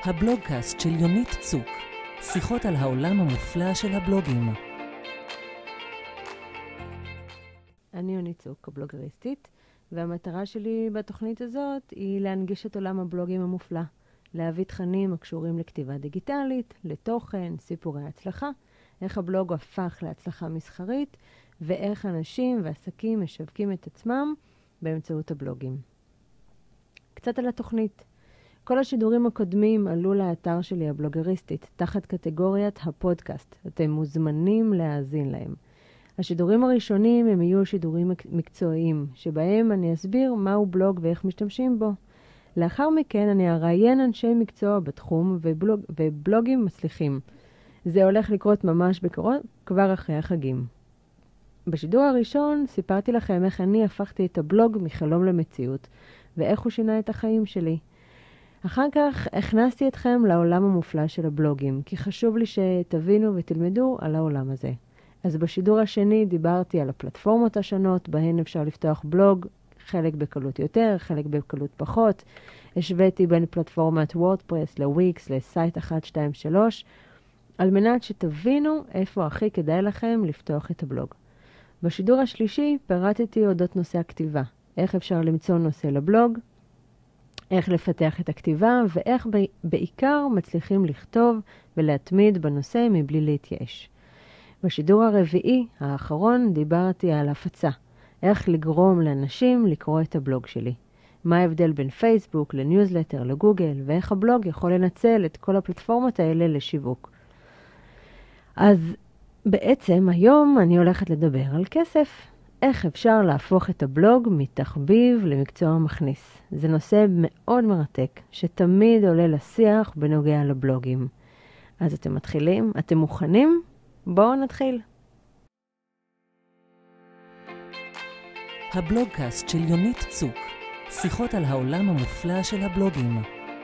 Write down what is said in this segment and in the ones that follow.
הבלוגקאסט של יונית צוק, שיחות על העולם המופלא של הבלוגים. אני יונית צוק, הבלוגריסטית, והמטרה שלי בתוכנית הזאת היא להנגיש את עולם הבלוגים המופלא, להביא תכנים הקשורים לכתיבה דיגיטלית, לתוכן, סיפורי הצלחה, איך הבלוג הפך להצלחה מסחרית, ואיך אנשים ועסקים משווקים את עצמם באמצעות הבלוגים. קצת על התוכנית. כל השידורים הקודמים עלו לאתר שלי הבלוגריסטית, תחת קטגוריית הפודקאסט. אתם מוזמנים להאזין להם. השידורים הראשונים הם יהיו שידורים מקצועיים, שבהם אני אסביר מהו בלוג ואיך משתמשים בו. לאחר מכן אני אראיין אנשי מקצוע בתחום ובלוגים מצליחים. זה הולך לקרות ממש בקרוב, כבר אחרי החגים. בשידור הראשון סיפרתי לכם איך אני הפכתי את הבלוג מחלום למציאות, ואיך הוא שינה את החיים שלי. אחר כך הכנסתי אתכם לעולם המופלא של הבלוגים, כי חשוב לי שתבינו ותלמדו על העולם הזה. אז בשידור השני דיברתי על הפלטפורמות השונות, בהן אפשר לפתוח בלוג, חלק בקלות יותר, חלק בקלות פחות. השוויתי בין פלטפורמת וורדפרס לוויקס, לסייט 123, על מנת שתבינו איפה הכי כדאי לכם לפתוח את הבלוג. בשידור השלישי פירטתי אודות נושא הכתיבה, איך אפשר למצוא נושא לבלוג, איך לפתח את הכתיבה, ואיך בעיקר מצליחים לכתוב ולהתמיד בנושא מבלי להתייאש. בשידור הרביעי, האחרון, דיברתי על הפצה, איך לגרום לאנשים לקרוא את הבלוג שלי. מה ההבדל בין פייסבוק, לניוזלטר, לגוגל, ואיך הבלוג יכול לנצל את כל הפלטפורמות האלה לשיווק. אז בעצם היום אני הולכת לדבר על כסף. איך אפשר להפוך את הבלוג מתחביב למקצוע מכניס. זה נושא מאוד מרתק, שתמיד עולה לשיח בנוגע לבלוגים. אז אתם מתחילים? אתם מוכנים? בואו נתחיל. הבלוגקאסט של יונית צוק, שיחות על העולם המופלא של הבלוגים.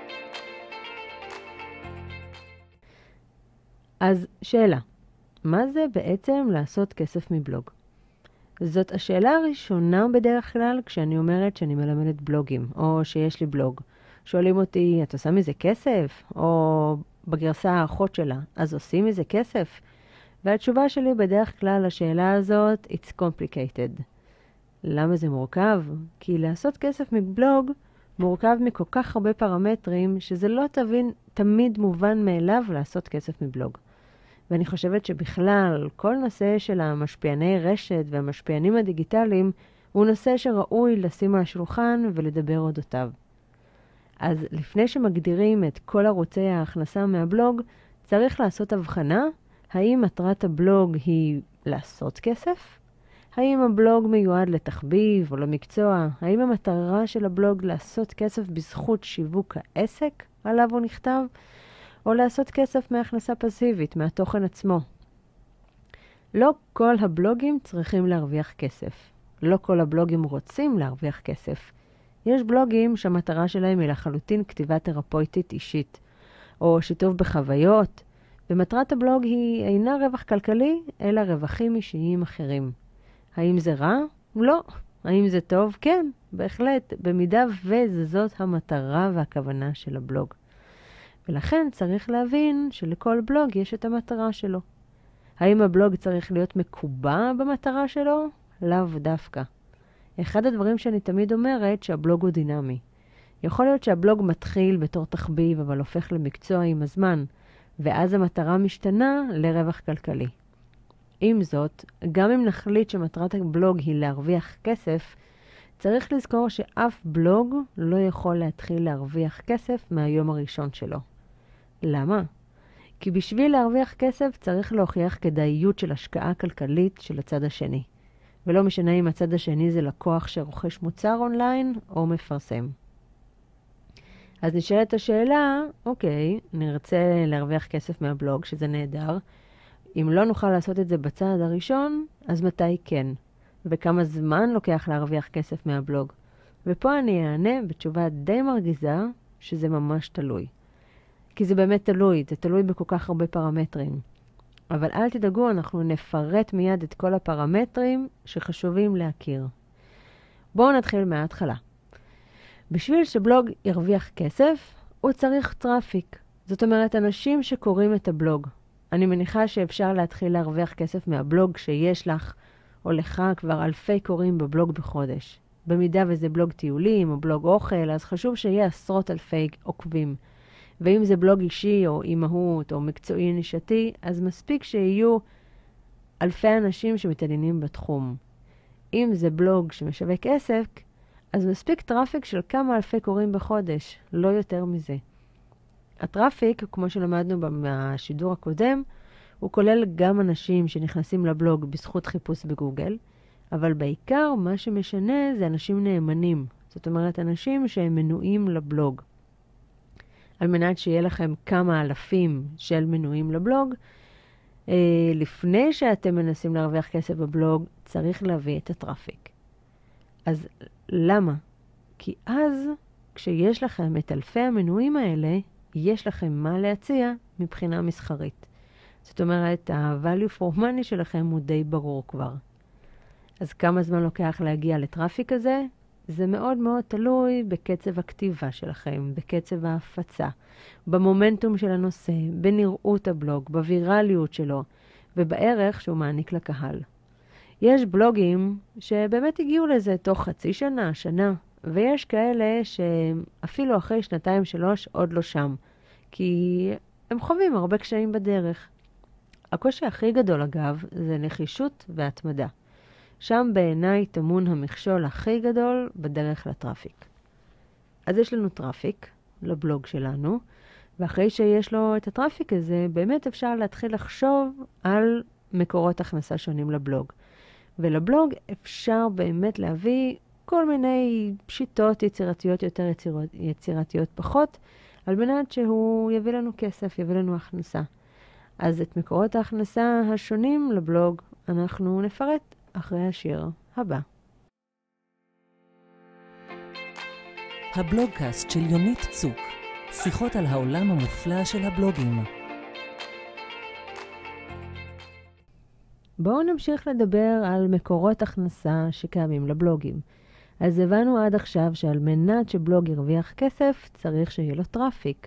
אז שאלה, מה זה בעצם לעשות כסף מבלוג? זאת השאלה הראשונה בדרך כלל כשאני אומרת שאני מלמדת בלוגים, או שיש לי בלוג. שואלים אותי, את עושה מזה כסף? או בגרסה האחות שלה, אז עושים מזה כסף? והתשובה שלי בדרך כלל לשאלה הזאת, it's complicated. למה זה מורכב? כי לעשות כסף מבלוג מורכב מכל כך הרבה פרמטרים, שזה לא תמיד מובן מאליו לעשות כסף מבלוג. ואני חושבת שבכלל, כל נושא של המשפיעני רשת והמשפיענים הדיגיטליים, הוא נושא שראוי לשים על השולחן ולדבר אודותיו. אז לפני שמגדירים את כל ערוצי ההכנסה מהבלוג, צריך לעשות הבחנה, האם מטרת הבלוג היא לעשות כסף? האם הבלוג מיועד לתחביב או למקצוע? האם המטרה של הבלוג לעשות כסף בזכות שיווק העסק עליו הוא נכתב? או לעשות כסף מהכנסה פסיבית, מהתוכן עצמו? לא כל הבלוגים צריכים להרוויח כסף. לא כל הבלוגים רוצים להרוויח כסף. יש בלוגים שהמטרה שלהם היא לחלוטין כתיבה תרפויטית אישית, או שיתוף בחוויות, ומטרת הבלוג היא אינה רווח כלכלי, אלא רווחים אישיים אחרים. האם זה רע? לא. האם זה טוב? כן, בהחלט, במידה וזאת המטרה והכוונה של הבלוג. ולכן צריך להבין שלכל בלוג יש את המטרה שלו. האם הבלוג צריך להיות מקובע במטרה שלו? לאו דווקא. אחד הדברים שאני תמיד אומרת שהבלוג הוא דינמי. יכול להיות שהבלוג מתחיל בתור תחביב אבל הופך למקצוע עם הזמן, ואז המטרה משתנה לרווח כלכלי. עם זאת, גם אם נחליט שמטרת הבלוג היא להרוויח כסף, צריך לזכור שאף בלוג לא יכול להתחיל להרוויח כסף מהיום הראשון שלו. למה? כי בשביל להרוויח כסף צריך להוכיח כדאיות של השקעה כלכלית של הצד השני. ולא משנה אם הצד השני זה לקוח שרוכש מוצר אונליין או מפרסם. אז נשאלת השאלה, אוקיי, נרצה להרוויח כסף מהבלוג, שזה נהדר. אם לא נוכל לעשות את זה בצעד הראשון, אז מתי כן? וכמה זמן לוקח להרוויח כסף מהבלוג? ופה אני אענה בתשובה די מרגיזה שזה ממש תלוי. כי זה באמת תלוי, זה תלוי בכל כך הרבה פרמטרים. אבל אל תדאגו, אנחנו נפרט מיד את כל הפרמטרים שחשובים להכיר. בואו נתחיל מההתחלה. בשביל שבלוג ירוויח כסף, הוא צריך טראפיק. זאת אומרת, אנשים שקוראים את הבלוג. אני מניחה שאפשר להתחיל להרוויח כסף מהבלוג שיש לך או לך כבר אלפי קוראים בבלוג בחודש. במידה וזה בלוג טיולים או בלוג אוכל, אז חשוב שיהיה עשרות אלפי עוקבים. ואם זה בלוג אישי או אימהות או מקצועי נישתי, אז מספיק שיהיו אלפי אנשים שמתעניינים בתחום. אם זה בלוג שמשווק עסק, אז מספיק טראפיק של כמה אלפי קוראים בחודש, לא יותר מזה. הטראפיק, כמו שלמדנו בשידור הקודם, הוא כולל גם אנשים שנכנסים לבלוג בזכות חיפוש בגוגל, אבל בעיקר מה שמשנה זה אנשים נאמנים. זאת אומרת, אנשים שהם מנויים לבלוג. על מנת שיהיה לכם כמה אלפים של מנויים לבלוג, לפני שאתם מנסים להרוויח כסף בבלוג, צריך להביא את הטראפיק. אז למה? כי אז, כשיש לכם את אלפי המנויים האלה, יש לכם מה להציע מבחינה מסחרית. זאת אומרת, ה-value for money שלכם הוא די ברור כבר. אז כמה זמן לוקח להגיע לטראפיק הזה? זה מאוד מאוד תלוי בקצב הכתיבה שלכם, בקצב ההפצה, במומנטום של הנושא, בנראות הבלוג, בווירליות שלו, ובערך שהוא מעניק לקהל. יש בלוגים שבאמת הגיעו לזה תוך חצי שנה, שנה, ויש כאלה שאפילו אחרי 2-3 עוד לא שם, כי הם חווים הרבה קשיים בדרך. הקושי הכי גדול אגב זה נחישות והתמדה. שם בעיניי טמון המכשול הכי גדול בדרך לטראפיק. אז יש לנו טראפיק לבלוג שלנו, ואחרי שיש לו את הטראפיק הזה, באמת אפשר להתחיל לחשוב על מקורות הכנסה שונים לבלוג. ולבלוג אפשר באמת להביא כל מיני שיטות יצירתיות יותר, יצירתיות פחות, על מנת שהוא יביא לנו כסף, יביא לנו הכנסה. אז את מקורות ההכנסה השונים לבלוג אנחנו נפרט אחרי השיר הבא. הבלוגקאסט של יונית צוק, שיחות על העולם המופלא של הבלוגים. בואו נמשיך לדבר על מקורות הכנסה שקיימים לבלוגים. אז הבנו עד עכשיו שעל מנת שבלוג ירוויח כסף, צריך שיהיה לו טראפיק.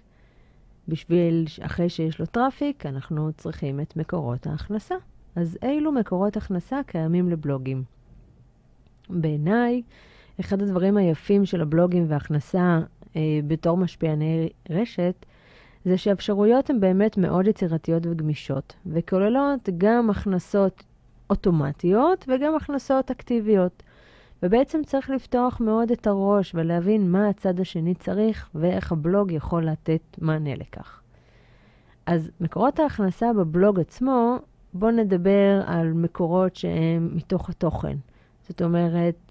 אחרי שיש לו טראפיק, אנחנו צריכים את מקורות ההכנסה. אז אילו מקורות הכנסה קיימים לבלוגים? בעיניי, אחד הדברים היפים של הבלוגים וההכנסה בתור משפיעני רשת, זה שהאפשרויות הן באמת מאוד יצירתיות וגמישות, וכוללות גם הכנסות אוטומטיות וגם הכנסות אקטיביות. ובעצם צריך לפתוח מאוד את הראש ולהבין מה הצד השני צריך ואיך הבלוג יכול לתת מענה לכך. אז מקורות ההכנסה בבלוג עצמו, בואו נדבר על מקורות שהם מתוך התוכן. זאת אומרת,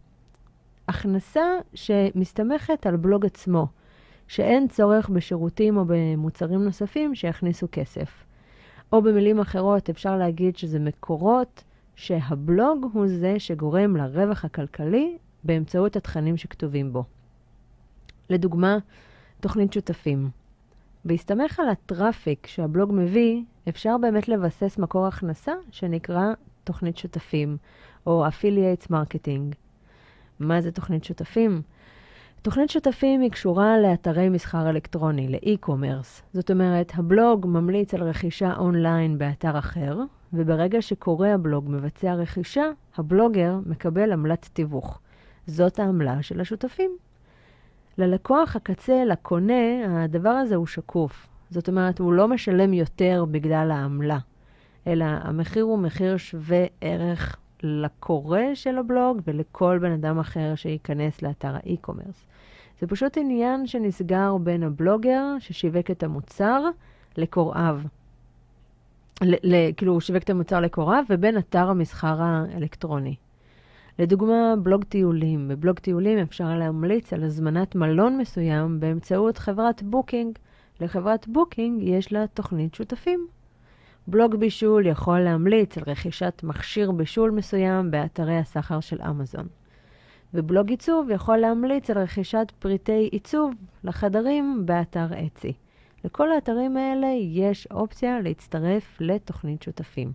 הכנסה שמסתמכת על בלוג עצמו, שאין צורך בשירותים או במוצרים נוספים שיכניסו כסף. או במילים אחרות אפשר להגיד שזה מקורות שהבלוג הוא זה שגורם לרווח הכלכלי באמצעות התכנים שכתובים בו. לדוגמה, תוכנית שותפים. בהסתמך על הטראפיק שהבלוג מביא, אפשר באמת לבסס מקור הכנסה שנקרא תוכנית שותפים, או affiliates marketing. מה זה תוכנית שותפים? תוכנית שותפים היא קשורה לאתרי מסחר אלקטרוני, לאי-קומרס. זאת אומרת, הבלוג ממליץ על רכישה אונליין באתר אחר, וברגע שקורא הבלוג מבצע רכישה, הבלוגר מקבל עמלת תיווך. זאת העמלה של השותפים. ללקוח הקצה, לקונה, הדבר הזה הוא שקוף. זאת אומרת, הוא לא משלם יותר בגלל העמלה, אלא המחיר הוא מחיר שווה ערך לקורא של הבלוג ולכל בן אדם אחר שייכנס לאתר האי-קומרס. זה פשוט עניין שנסגר בין הבלוגר ששיווק את המוצר לקוראיו. כאילו הוא שיווק את המוצר לקוראיו ובין אתר המסחר האלקטרוני. לדוגמה, בלוג טיולים. בבלוג טיולים אפשר להמליץ על הזמנת מלון מסוים באמצעות חברת בוקינג. לחברת בוקינג יש לה תוכנית שותפים. בלוג בישול יכול להמליץ על רכישת מכשיר בישול מסוים באתרי הסחר של אמזון. ובלוג עיצוב יכול להמליץ על רכישת פריטי עיצוב לחדרים באתר אצי. לכל האתרים האלה יש אופציה להצטרף לתוכנית שותפים.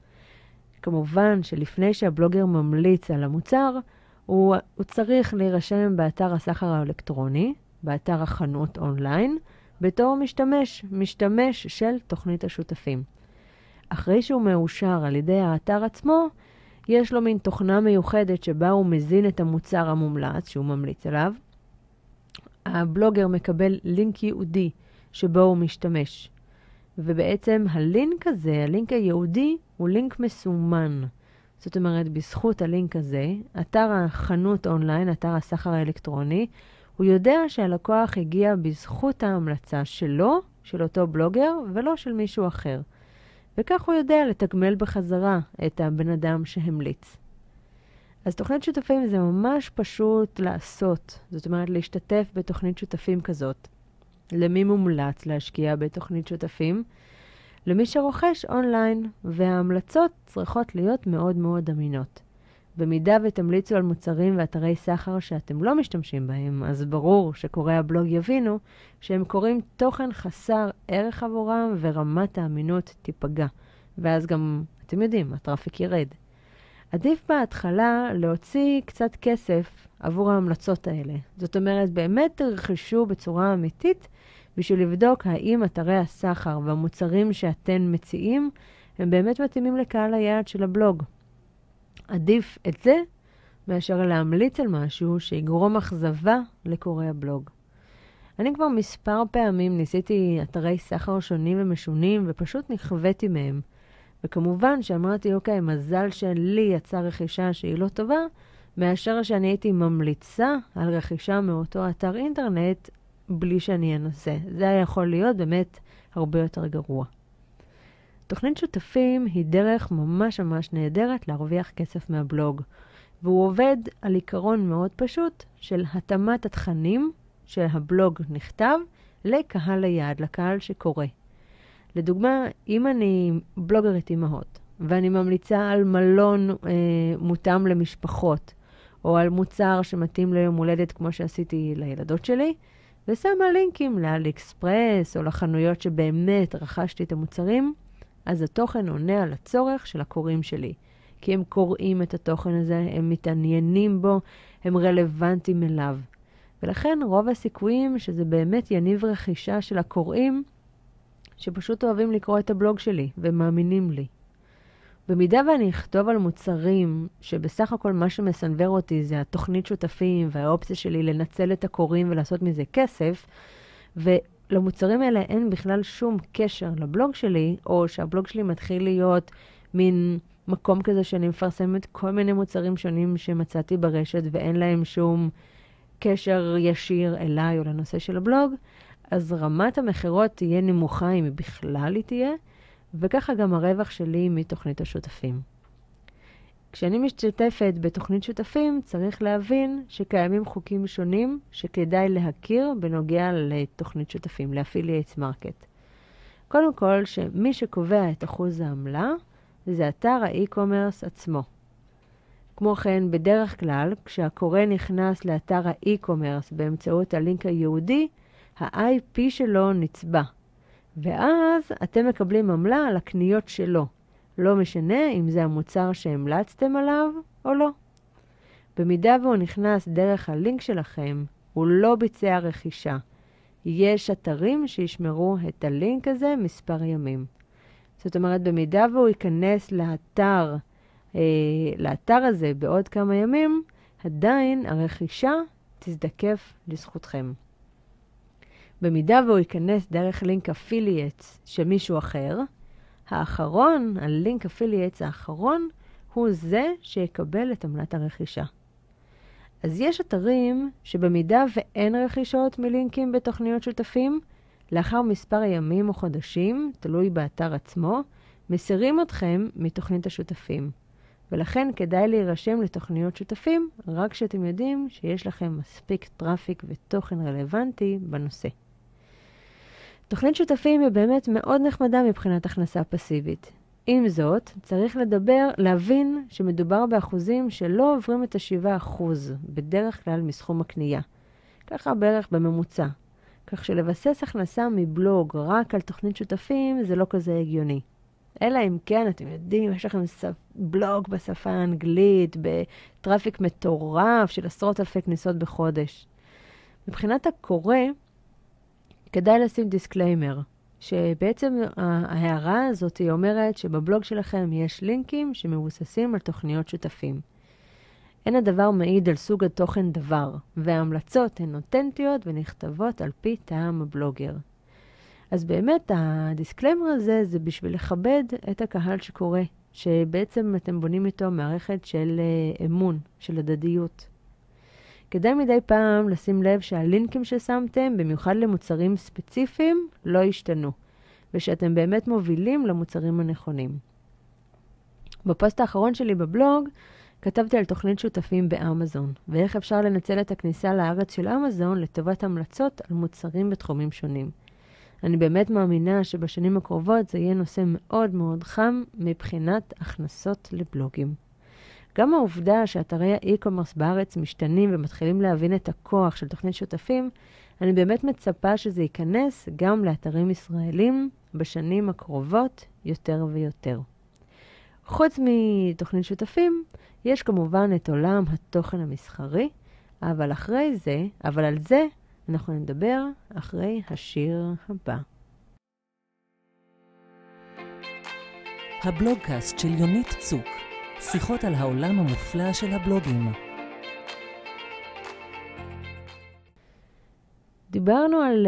כמובן שלפני שהבלוגר ממליץ על המוצר, הוא צריך להירשם באתר הסחר האלקטרוני, באתר החנות אונליין, בתור משתמש של תוכנית השותפים. אחרי שהוא מאושר על ידי האתר עצמו, יש לו מין תוכנה מיוחדת שבה הוא מזין את המוצר המומלץ שהוא ממליץ עליו. הבלוגר מקבל לינק ייעודי שבו הוא משתמש. ובעצם הלינק הזה, הלינק הייעודי, הוא לינק מסומן. זאת אומרת, בזכות הלינק הזה, אתר החנות אונליין, אתר הסחר האלקטרוני, הוא יודע שהלקוח הגיע בזכות ההמלצה שלו, של אותו בלוגר, ולא של מישהו אחר. וכך הוא יודע לתגמל בחזרה את הבן אדם שהמליץ. אז תוכנית שותפים זה ממש פשוט לעשות. זאת אומרת, להשתתף בתוכנית שותפים כזאת. למי מומלץ להשקיע בתוכנית שותפים? למי שרוכש אונליין, וההמלצות צריכות להיות מאוד מאוד אמינות. במידה ותמליצו על מוצרים ואתרי סחר שאתם לא משתמשים בהם, אז ברור שקוראי הבלוג יבינו שהם קוראים תוכן חסר ערך עבורם ורמת האמינות תיפגע. ואז גם, אתם יודעים, הטראפיק ירד. עדיף בהתחלה להוציא קצת כסף עבור ההמלצות האלה. זאת אומרת, באמת תרכשו בצורה אמיתית בשביל לבדוק האם אתרי הסחר והמוצרים שאתן מציעים הם באמת מתאימים לקהל היעד של הבלוג. עדיף את זה מאשר להמליץ על משהו שיגרום אכזבה לקוראי הבלוג. אני כבר מספר פעמים ניסיתי אתרי סחר שונים ומשונים ופשוט נכוויתי מהם. וכמובן שאמרתי, אוקיי, מזל שלי יצא רכישה שהיא לא טובה, מאשר שאני הייתי ממליצה על רכישה מאותו אתר אינטרנט בלי שאני אנסה. זה היה יכול להיות באמת הרבה יותר גרוע. תוכנית שותפים היא דרך ממש נהדרת להרוויח כסף מהבלוג. והוא עובד על עיקרון מאוד פשוט של התאמת התכנים של הבלוג נכתב לקהל היעד, לקהל שקורא. לדוגמה, אם אני בלוגרית אימהות, ואני ממליצה על מלון מותאם למשפחות, או על מוצר שמתאים ליום הולדת כמו שעשיתי לילדות שלי, ושמה לינקים לאלי-אקספרס או לחנויות שבאמת רכשתי את המוצרים, אז התוכן עונה על הצורך של הקוראים שלי. כי הם קוראים את התוכן הזה, הם מתעניינים בו, הם רלוונטיים אליו. ולכן רוב הסיכויים שזה באמת יניב רכישה של הקוראים, שפשוט אוהבים לקרוא את הבלוג שלי ומאמינים לי. במידה ואני אכתוב על מוצרים שבסך הכל מה שמסנבר אותי זה התוכנית שותפים והאופציה שלי לנצל את הקוראים ולעשות מזה כסף, ולמוצרים האלה אין בכלל שום קשר לבלוג שלי, או שהבלוג שלי מתחיל להיות מין מקום כזה שאני מפרסמת כל מיני מוצרים שונים שמצאתי ברשת ואין להם שום קשר ישיר אליי או לנושא של הבלוג, אז רמת המחירות תהיה נמוכה אם היא בכלל היא תהיה, וככה גם הרווח שלי מתוכנית השותפים. כשאני משתתפת בתוכנית שותפים, צריך להבין שקיימים חוקים שונים שכדאי להכיר בנוגע לתוכנית שותפים, לאפיליאטס מרקט. קודם כל, שמי שקובע את אחוז העמלה, זה אתר האי-קומרס עצמו. כמו כן, בדרך כלל, כשהקורא נכנס לאתר האי-קומרס באמצעות הלינק הייעודי, ה-IP שלו נצבע. ואז אתם מקבלים עמלה על הקניות שלו. לא משנה אם זה המוצר שהמלצתם עליו או לא. במידה והוא נכנס דרך הלינק שלכם, הוא לא ביצע רכישה. יש אתרים שישמרו את הלינק הזה מספר ימים. זאת אומרת, במידה והוא ייכנס לאתר הזה בעוד כמה ימים, עדיין הרכישה תזדקף לזכותכם. במידה והוא ייכנס דרך לינק אפילייטס של מישהו אחר, הלינק אפילייטס האחרון, הוא זה שיקבל את עמלת הרכישה. אז יש אתרים שבמידה ואין רכישות מלינקים בתוכניות שותפים, לאחר מספר ימים או חודשים, תלוי באתר עצמו, מסירים אתכם מתוכנית השותפים. ולכן כדאי להירשם לתוכניות שותפים, רק שאתם יודעים שיש לכם מספיק טראפיק ותוכן רלוונטי בנושא. תוכנית שותפים היא באמת מאוד נחמדה מבחינת הכנסה פסיבית. עם זאת, צריך להבין שמדובר באחוזים שלא עוברים את ה7% בדרך כלל מסכום הקנייה. ככה בערך בממוצע. כך שלבסס הכנסה מבלוג רק על תוכנית שותפים זה לא כזה הגיוני. אלא אם כן, אתם יודעים, יש לכם בלוג בשפה האנגלית, בטראפיק מטורף של 10,000 כניסות בחודש. מבחינת הקורא, כדאי לשים דיסקליימר, שבעצם ההערה הזאת היא אומרת שבבלוג שלכם יש לינקים שמבוססים על תוכניות שותפים. אין הדבר מעיד על סוג התוכן דבר, וההמלצות הן אותנטיות ונכתבות על פי טעם הבלוגר. אז באמת הדיסקליימר הזה זה בשביל לכבד את הקהל שקורא, שבעצם אתם בונים איתו מערכת של אמון, של הדדיות. כדאי מדי פעם לשים לב שהלינקים ששמתם, במיוחד למוצרים ספציפיים, לא ישתנו, ושאתם באמת מובילים למוצרים הנכונים. בפוסט האחרון שלי בבלוג, כתבתי על תוכנית שותפים באמזון, ואיך אפשר לנצל את הכניסה לארץ של אמזון לטובת המלצות על מוצרים בתחומים שונים. אני באמת מאמינה שבשנים הקרובות זה יהיה נושא מאוד מאוד חם מבחינת הכנסות לבלוגים. גם העובדה שאתרי האי-קומרס בארץ משתנים ומתחילים להבין את הכוח של תוכנית שותפים, אני באמת מצפה שזה ייכנס גם לאתרים ישראלים בשנים הקרובות יותר ויותר. חוץ מתוכנית שותפים, יש כמובן את עולם התוכן המסחרי, אבל על זה אנחנו נדבר אחרי השיר הבא. הבלוגקאסט של יונית צוק, שיחות על העולם המופלא של הבלוגים. דיברנו על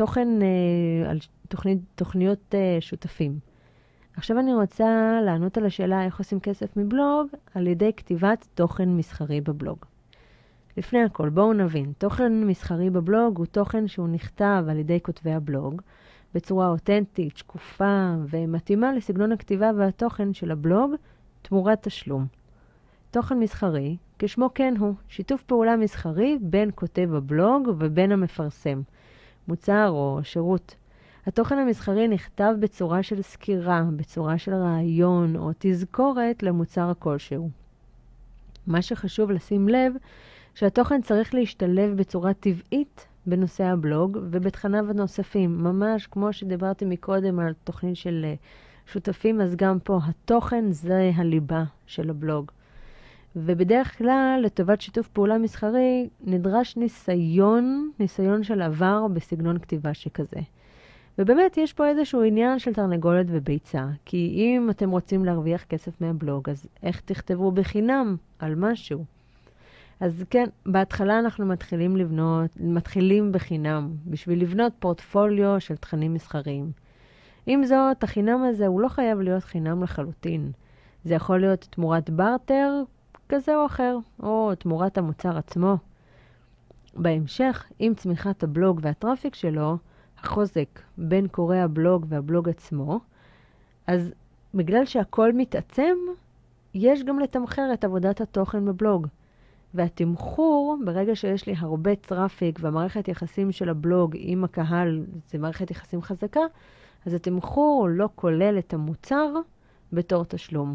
תוכניות שותפים. עכשיו אני רוצה לענות על השאלה איך עושים כסף מבלוג על ידי כתיבת תוכן מסחרי בבלוג. לפני הכל, בואו נבין, תוכן מסחרי בבלוג הוא תוכן שהוא נכתב על ידי כותבי הבלוג, בצורה אותנטית, שקופה ומתאימה לסגנון הכתיבה והתוכן של הבלוג תמורת תשלום. תוכן מסחרי, כשמו כן הוא, שיתוף פעולה מסחרי בין כותב הבלוג ובין המפרסם, מוצר או שירות. התוכן המסחרי נכתב בצורה של סקירה, בצורה של רעיון או תזכורת למוצר כלשהו. מה שחשוב לשים לב, שהתוכן צריך להשתלב בצורה טבעית בנושא הבלוג ובתכניו הנוספים. ממש כמו שדיברתי מקודם על תוכנית של שותפים, אז גם פה התוכן זה הליבה של הבלוג. ובדרך כלל לטובת שיתוף פעולה מסחרי נדרש ניסיון של עבר בסגנון כתיבה שכזה. ובאמת יש פה איזשהו עניין של תרנגולת וביצה, כי אם אתם רוצים להרוויח כסף מהבלוג, אז איך תכתבו בחינם על משהו? אז כן, בהתחלה אנחנו מתחילים בחינם, בשביל לבנות פורטפוליו של תכנים מסחריים. עם זאת, החינם הזה הוא לא חייב להיות חינם לחלוטין. זה יכול להיות תמורת בארטר כזה או אחר, או תמורת המוצר עצמו. בהמשך, עם צמיחת הבלוג והטראפיק שלו, החוזק בין קוראי הבלוג והבלוג עצמו, אז בגלל שהכל מתעצם, יש גם לתמחר את עבודת התוכן בבלוג. והתמחור, ברגע שיש לי הרבה טראפיק והמערכת יחסים של הבלוג עם הקהל, זה מערכת יחסים חזקה, אז התמחור לא כולל את המוצר בתור תשלום.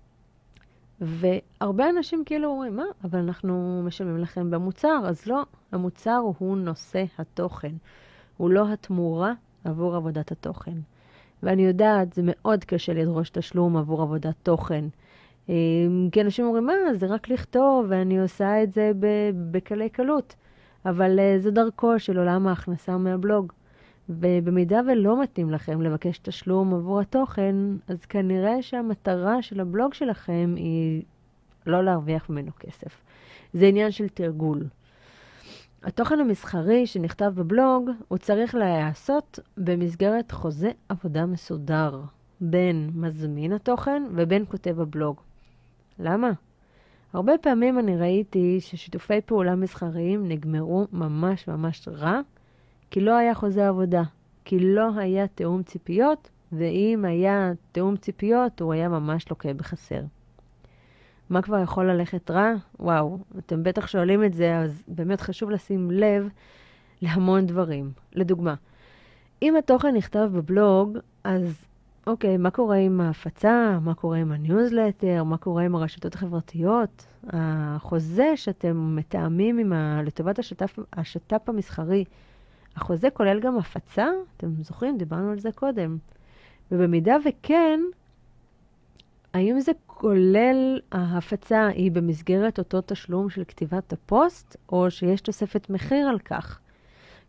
והרבה אנשים כאילו אומרים, מה? אבל אנחנו משלמים לכם במוצר, אז לא, המוצר הוא נושא התוכן. הוא לא התמורה עבור עבודת התוכן. ואני יודעת, זה מאוד קשה לדרוש תשלום עבור עבודת תוכן. כי אנשים אומרים, זה רק לכתוב, ואני עושה את זה בקלי קלות. אבל זה דרכו של עולם ההכנסה מהבלוג. ובמידה ולא מתאים לכם לבקש תשלום עבור התוכן, אז כנראה שהמטרה של הבלוג שלכם היא לא להרוויח ממנו כסף. זה עניין של תרגול. התוכן המסחרי שנכתב בבלוג, הוא צריך להיעשות במסגרת חוזה עבודה מסודר, בין מזמין התוכן ובין כותב הבלוג. למה? הרבה פעמים אני ראיתי ששיתופי פעולה מסחריים נגמרו ממש רע, כי לא היה חוזה עבודה, כי לא היה תאום ציפיות, ואם היה תאום ציפיות, הוא היה ממש לוקה בחסר. מה כבר יכול ללכת רע? וואו, אתם בטח שואלים את זה, אז באמת חשוב לשים לב להמון דברים. לדוגמה, אם התוכן נכתב בבלוג, אז אוקיי, מה קורה עם ההפצה? מה קורה עם הניוזלטר? מה קורה עם הרשתות החברתיות? החוזה שאתם מתאמים לטובת השת"פ המסחרי, החוזה כולל גם הפצה? אתם זוכרים? דיברנו על זה קודם. ובמידה וכן, האם זה כולל ההפצה היא במסגרת אותו תשלום של כתיבת הפוסט, או שיש תוספת מחיר על כך?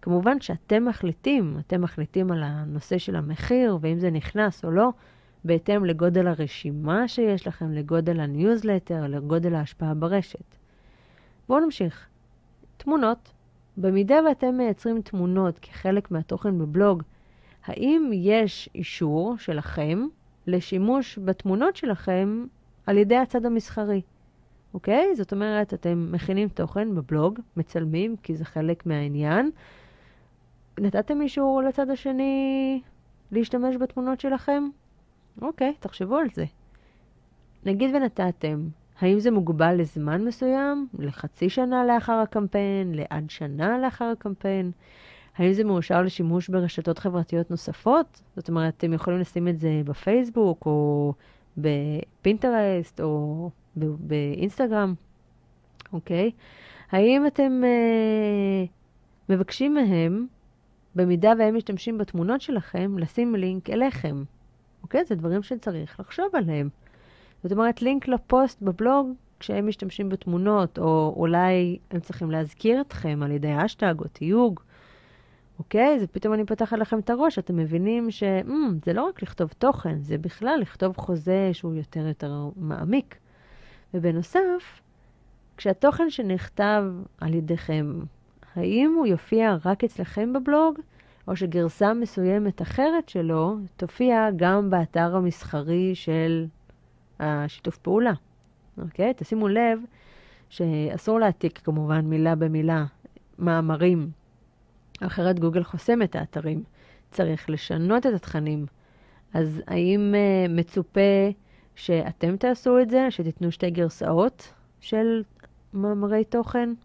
כמובן שאתם מחליטים על הנושא של המחיר, ואם זה נכנס או לא, בהתאם לגודל הרשימה שיש לכם, לגודל הניוזלטר, לגודל ההשפעה ברשת. בואו נמשיך. תמונות. במידה ואתם מייצרים תמונות כחלק מהתוכן בבלוג, האם יש אישור שלכם לשימוש בתמונות שלכם על ידי הצד המסחרי? אוקיי? זאת אומרת, אתם מכינים תוכן בבלוג, מצלמים, כי זה חלק מהעניין. נתתם אישור לצד השני להשתמש בתמונות שלכם? אוקיי, תחשבו על זה. נגיד ונתתם, האם זה מוגבל לזמן מסוים? לחצי שנה לאחר הקמפיין? לעד שנה לאחר הקמפיין? האם זה מאושר לשימוש ברשתות חברתיות נוספות? זאת אומרת, אתם יכולים לשים את זה בפייסבוק, או בפינטרסט, או באינסטגרם? אוקיי. האם אתם מבקשים מהם, במידה והם משתמשים בתמונות שלכם, לשים לינק אליכם? אוקיי? זה דברים שצריך לחשוב עליהם. זאת אומרת, לינק לפוסט בבלוג, כשהם משתמשים בתמונות, או אולי הם צריכים להזכיר אתכם על ידי האשטג או תיוג. אוקיי? זה פתאום אני פותח עליכם את הראש, אתם מבינים זה לא רק לכתוב תוכן, זה בכלל לכתוב חוזה שהוא יותר מעמיק. ובנוסף, כשהתוכן שנכתב על ידיכם, האם הוא יופיע רק אצלכם בבלוג, או שגרסה מסוימת אחרת שלו תופיע גם באתר המסחרי של השיתוף פעולה. אוקיי? תשימו לב שאסור להעתיק כמובן מילה במילה מאמרים, אחרת גוגל חוסם את האתרים. צריך לשנות את התכנים. אז האם מצופה שאתם תעשו את זה, שתיתנו שתי גרסאות של מאמרי תוכן?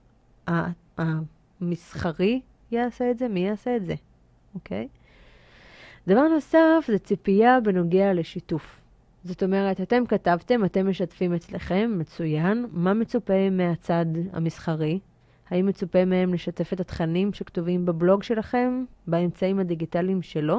המסחרי יעשה את זה? מי יעשה את זה? אוקיי? דבר נוסף זה ציפייה בנוגע לשיתוף. זאת אומרת, אתם כתבתם, אתם משתפים אצלכם, מצוין. מה מצופה מהצד המסחרי? האם מצופה מהם לשתף את התכנים שכתובים בבלוג שלכם, באמצעים הדיגיטליים שלו?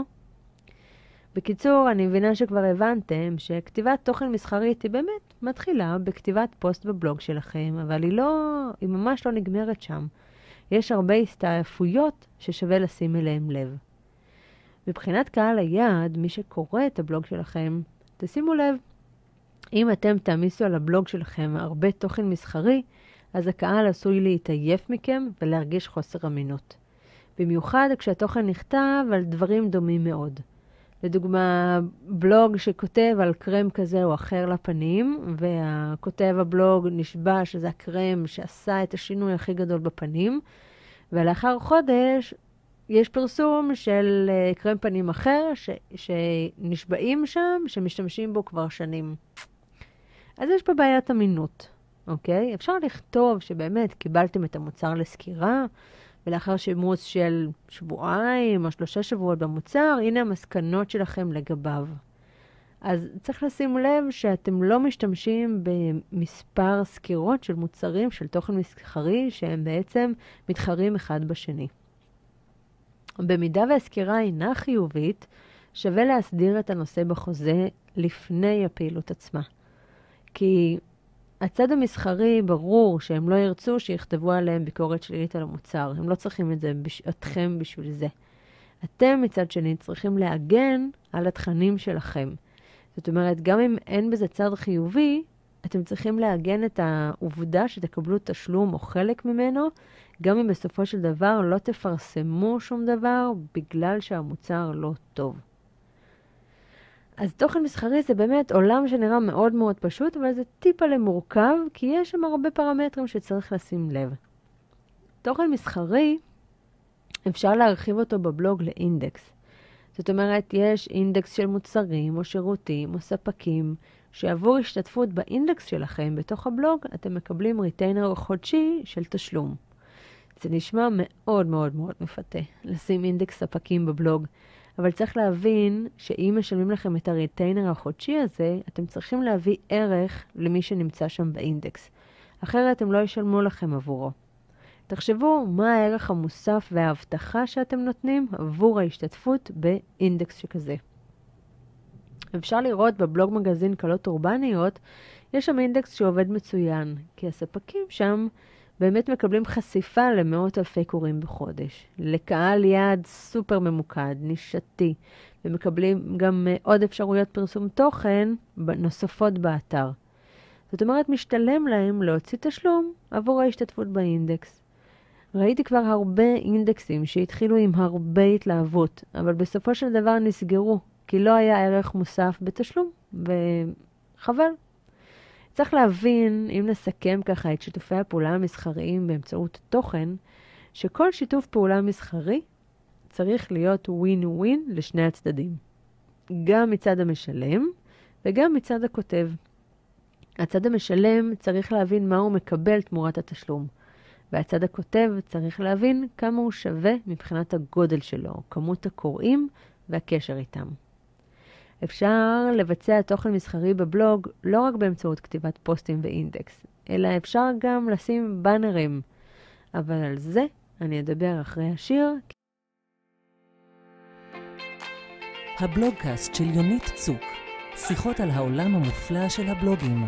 בקיצור, אני מבינה שכבר הבנתם שכתיבת תוכן מסחרית היא באמת מתחילה בכתיבת פוסט בבלוג שלכם, אבל היא ממש לא נגמרת שם. יש הרבה הסתעפויות ששווה לשים אליהם לב. מבחינת קהל היעד, מי שקורא את הבלוג שלכם, תשימו לב, אם אתם תעמיסו על הבלוג שלכם הרבה תוכן מסחרי, אז הקהל עשוי להתעייף מכם ולהרגיש חוסר אמינות. במיוחד כשהתוכן נכתב על דברים דומים מאוד. לדוגמה, בלוג שכותב על קרם כזה או אחר לפנים, והכותב הבלוג נשבע שזה הקרם שעשה את השינוי הכי גדול בפנים, ולאחר חודש יש פרסום של קרם פנים אחר שנשבעים שם, שמשתמשים בו כבר שנים. אז יש פה בעיית אמינות, אוקיי? אפשר לכתוב שבאמת קיבלתם את המוצר לסקירה, ולאחר שימוש של שבועיים או 3 שבועות במוצר, הנה המסקנות שלכם לגביו. אז צריך לשים לב שאתם לא משתמשים במספר סקירות של מוצרים של תוכן מסחרי, שהם בעצם מתחרים אחד בשני. במידה והסקירה אינה חיובית, שווה להסדיר את הנושא בחוזה לפני הפעילות עצמה. כי הצד המסחרי ברור שהם לא ירצו שיכתבו עליהם ביקורת שלילית על המוצר. הם לא צריכים את זה אתכם בשביל זה. אתם מצד שני צריכים להגן על התכנים שלכם. זאת אומרת, גם אם אין בזה צד חיובי, אתם צריכים להגן את העובדה שתקבלו תשלום או חלק ממנו, גם אם בסופו של דבר לא תפרסמו שום דבר בגלל שהמוצר לא טוב. אז תוכן מסחרי זה באמת עולם שנראה מאוד מאוד פשוט, אבל זה טיפה למורכב, כי יש שם הרבה פרמטרים שצריך לשים לב. תוכן מסחרי, אפשר להרחיב אותו בבלוג לאינדקס. זאת אומרת, יש אינדקס של מוצרים או שירותים או ספקים, שעבור השתתפות באינדקס שלכם בתוך הבלוג, אתם מקבלים ריטיינר חודשי של תשלום. זה נשמע מאוד מאוד מאוד מפתה, לשים אינדקס ספקים בבלוג. אבל צריך להבין שאם משלמים לכם את הריטיינר החודשי הזה, אתם צריכים להביא ערך למי שנמצא שם באינדקס. אחרת הם לא ישלמו לכם עבורו. תחשבו מה הערך המוסף וההבטחה שאתם נותנים עבור ההשתתפות באינדקס שכזה. אפשר לראות בבלוג מגזין קלות אורבניות, יש שם אינדקס שעובד מצוין, כי הספקים שם באמת מקבלים חשיפה למאות אלפי קוראים בחודש, לקהל יעד סופר ממוקד, נישתי, ומקבלים גם עוד אפשרויות פרסום תוכן נוספות באתר. זאת אומרת, משתלם להם להוציא תשלום עבור ההשתתפות באינדקס. ראיתי כבר הרבה אינדקסים שהתחילו עם הרבה התלהבות, אבל בסופו של דבר נסגרו, כי לא היה ערך מוסף בתשלום, וחבל. צריך להבין, אם נסכם ככה את שיתופי הפעולה המסחריים באמצעות תוכן, שכל שיתוף פעולה מסחרי צריך להיות ווין-ווין לשני הצדדים. גם מצד המשלם וגם מצד הכותב. הצד המשלם צריך להבין מה הוא מקבל תמורת התשלום, והצד הכותב צריך להבין כמה הוא שווה מבחינת הגודל שלו, כמות הקוראים והקשר איתם. אפשר לבצע תוכן מסחרי בבלוג לא רק באמצעות כתיבת פוסטים ואינדקס, אלא אפשר גם לשים בנרים. אבל על זה אני אדבר אחרי השיר. הבלוגקאסט של יונית צוק, שיחות על העולם המופלא של הבלוגים.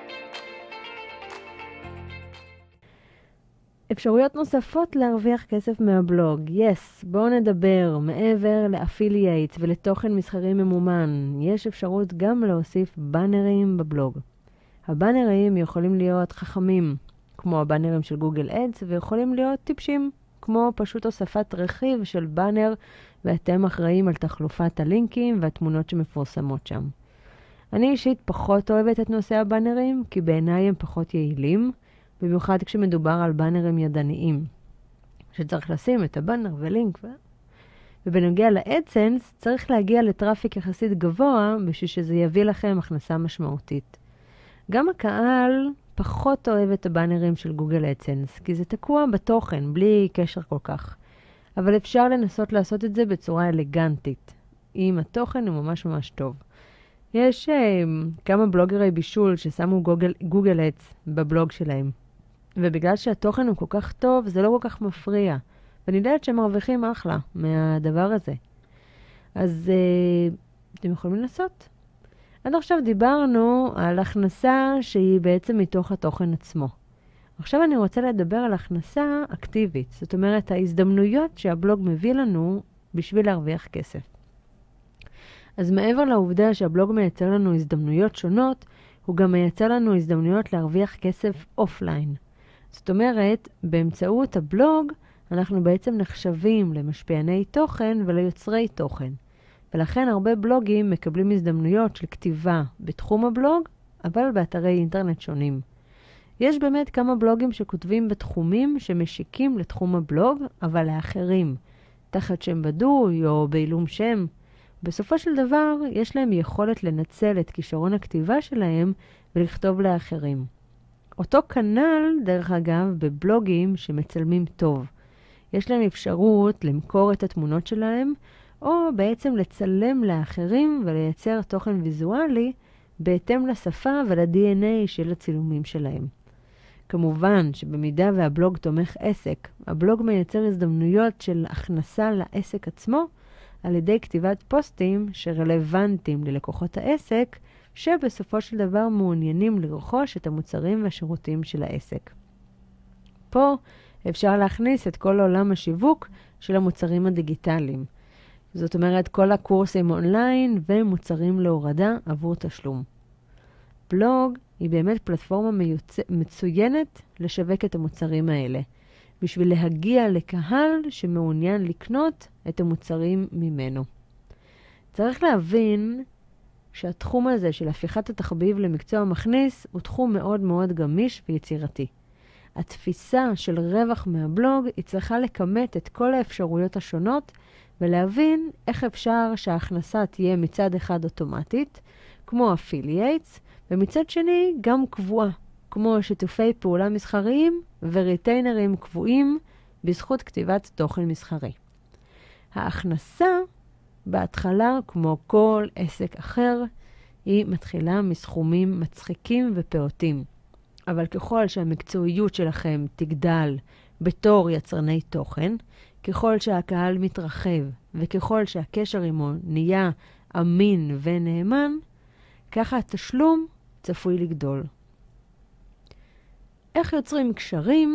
אפשרויות נוספות להרוויח כסף מהבלוג. בואו נדבר. מעבר לאפילייט ולתוכן מסחרי ממומן, יש אפשרות גם להוסיף בנרים בבלוג. הבנרים יכולים להיות חכמים, כמו הבנרים של גוגל אדס, ויכולים להיות טיפשים, כמו פשוט הוספת רכיב של בנר, ואתם אחראים על תחלופת הלינקים והתמונות שמפורסמות שם. אני אישית פחות אוהבת את נושא הבנרים, כי בעיניי הם פחות יעילים, במיוחד כשמדובר על בנרים ידניים, שצריך לשים את הבנר ולינק. ובנוגע לאדסנס, צריך להגיע לטראפיק יחסית גבוה, בשביל שזה יביא לכם הכנסה משמעותית. גם הקהל פחות אוהב את הבנרים של גוגל אדסנס, כי זה תקוע בתוכן, בלי קשר כל כך. אבל אפשר לנסות לעשות את זה בצורה אלגנטית, אם התוכן הוא ממש ממש טוב. יש כמה בלוגרי בישול ששמו גוגל אדס בבלוג שלהם. ובגלל שהתוכן הוא כל כך טוב, זה לא כל כך מפריע. ואני יודעת שהם מרוויחים אחלה מהדבר הזה. אז אתם יכולים לנסות. עד עכשיו דיברנו על הכנסה שהיא בעצם מתוך התוכן עצמו. עכשיו אני רוצה לדבר על הכנסה אקטיבית. זאת אומרת, ההזדמנויות שהבלוג מביא לנו בשביל להרוויח כסף. אז מעבר לעובדה שהבלוג מייצר לנו הזדמנויות שונות, הוא גם מייצר לנו הזדמנויות להרוויח כסף אופליין. זאת אומרת, באמצעות הבלוג אנחנו בעצם נחשבים למשפיעני תוכן וליוצרי תוכן. ולכן הרבה בלוגים מקבלים הזדמנויות של כתיבה בתחום הבלוג, אבל באתרי אינטרנט שונים. יש באמת כמה בלוגים שכותבים בתחומים שמשיקים לתחום הבלוג, אבל לאחרים, תחת שם בדוי או בעילום שם. בסופו של דבר, יש להם יכולת לנצל את כישרון הכתיבה שלהם ולכתוב לאחרים. אותו כנ"ל, דרך אגב, בבלוגים שמצלמים טוב. יש להם אפשרות למכור את התמונות שלהם, או בעצם לצלם לאחרים ולייצר תוכן ויזואלי בהתאם לשפה ול-DNA של הצילומים שלהם. כמובן שבמידה והבלוג תומך עסק, הבלוג מייצר הזדמנויות של הכנסה לעסק עצמו, על ידי כתיבת פוסטים שרלוונטיים ללקוחות העסק, שבסופו של דבר מעוניינים לרכוש את המוצרים והשירותים של העסק. פה אפשר להכניס את כל עולם השיווק של המוצרים הדיגיטליים. זאת אומרת, כל הקורסים אונליין ומוצרים להורדה עבור תשלום. בלוג היא באמת פלטפורמה מצוינת לשווק את המוצרים האלה, בשביל להגיע לקהל שמעוניין לקנות את המוצרים ממנו. צריך להבין שהתחום הזה של הפיכת התחביב למקצוע מכניס הוא תחום מאוד מאוד גמיש ויצירתי. התפיסה של רווח מהבלוג היא צריכה לקמת את כל האפשרויות השונות ולהבין איך אפשר שההכנסה תהיה מצד אחד אוטומטית, כמו אפילייטס, ומצד שני גם קבועה, כמו שיתופי פעולה מסחריים וריטיינרים קבועים בזכות כתיבת תוכן מסחרי. ההכנסה בהתחלה, כמו כל עסק אחר, היא מתחילה מסכומים מצחיקים ופעוטים. אבל ככל שהמקצועיות שלכם תגדל בתור יצרני תוכן, ככל שהקהל מתרחב וככל שהקשר עמו נהיה אמין ונאמן, ככה התשלום צפוי לגדול. איך יוצרים קשרים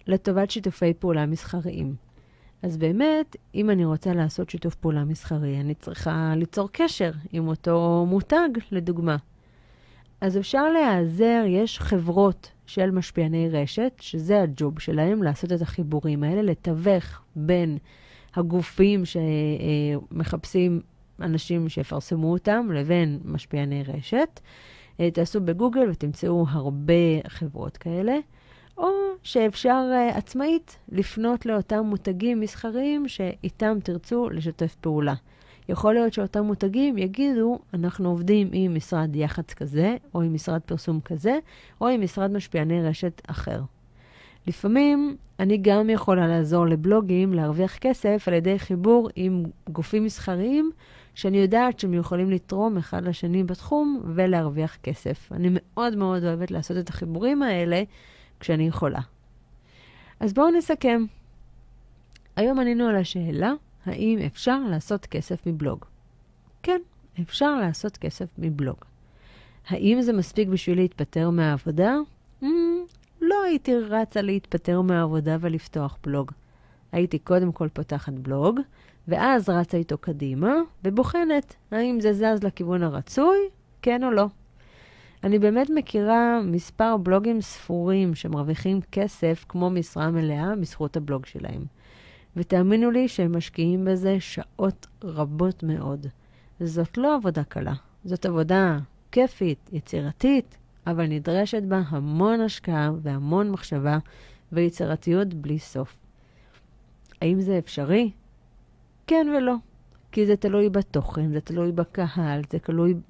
לטובת שיתופי פעולה מסחריים. אז באמת, אם אני רוצה לעשות שיתוף פעולה מסחרי, אני צריכה ליצור קשר עם אותו מותג, לדוגמה. אז אפשר להיעזר, יש חברות של משפיעני רשת, שזה הג'וב שלהם, לעשות את החיבורים האלה, לתווך בין הגופים שמחפשים אנשים שיפרסמו אותם, לבין משפיעני רשת. תעשו בגוגל ותמצאו הרבה חברות כאלה, או שאפשר עצמאית לפנות לאותם מותגים מסחריים שאיתם תרצו לשתף פעולה. יכול להיות שאותם מותגים יגידו, אנחנו עובדים עם משרד יח"צ כזה, או עם משרד פרסום כזה, או עם משרד משפיעני רשת אחר. לפעמים אני גם יכולה לעזור לבלוגים להרוויח כסף על ידי חיבור עם גופים מסחריים, שאני יודעת שהם יכולים לתרום אחד לשני בתחום ולהרוויח כסף. אני מאוד מאוד אוהבת לעשות את החיבורים האלה כשאני יכולה. אז בואו נסכם. היום ענינו על השאלה, האם אפשר לעשות כסף מבלוג? כן, אפשר לעשות כסף מבלוג. האם זה מספיק בשביל להתפטר מהעבודה? לא הייתי רצה להתפטר מהעבודה ולפתוח בלוג. הייתי קודם כל פותחת בלוג, ואז רצה איתו קדימה, ובוחנת האם זה זז לכיוון הרצוי, כן או לא. אני באמת מכירה מספר בלוגים ספורים שמרוויחים כסף כמו משרה מלאה בזכות הבלוג שלהם. ותאמינו לי שהם משקיעים בזה שעות רבות מאוד. זאת לא עבודה קלה. זאת עבודה כיפית, יצירתית, אבל נדרשת בה המון השקעה והמון מחשבה ויצירתיות בלי סוף. האם זה אפשרי? כן ולא. כי זה תלוי בתוכן, זה תלוי בקהל, זה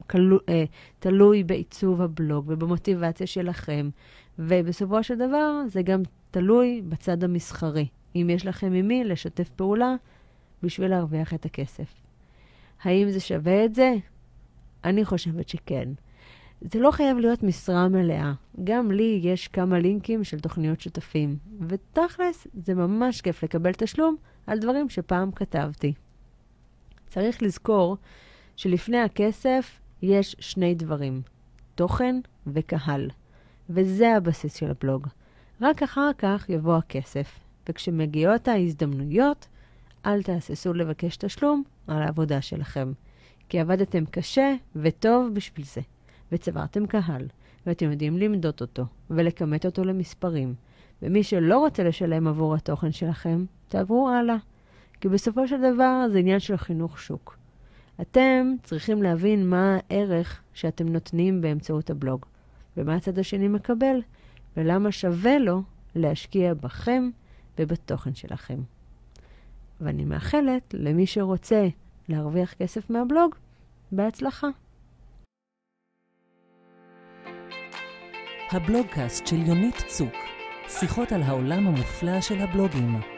תלוי בעיצוב הבלוג ובמוטיבציה שלכם. ובסופו של דבר זה גם תלוי בצד המסחרי. אם יש לכם עם מי לשתף פעולה בשביל להרוויח את הכסף. האם זה שווה את זה? אני חושבת שכן. זה לא חייב להיות משרה מלאה. גם לי יש כמה לינקים של תוכניות שותפים. ותכלס, זה ממש כיף לקבל תשלום על דברים שפעם כתבתי. צריך לזכור שלפני הכסף יש שני דברים. תוכן וקהל. וזה הבסיס של הבלוג. רק אחר כך יבוא הכסף. וכשמגיעות ההזדמנויות, אל תהססו לבקש תשלום על העבודה שלכם. כי עבדתם קשה וטוב בשביל זה. וצברתם קהל, ואתם יודעים למדוד אותו, ולכמת אותו למספרים. ומי שלא רוצה לשלם עבור התוכן שלכם, תעברו הלאה. כי בסופו של דבר זה עניין של חינוך שוק. אתם צריכים להבין מה הערך שאתם נותנים באמצעות הבלוג, ומה הצד השני מקבל, ולמה שווה לו להשקיע בכם ובתוכן שלכם. ואני מאחלת למי שרוצה להרוויח כסף מהבלוג, בהצלחה. הבלוגקאסט של יונית צוק, שיחות על העולם המופלא של הבלוגים.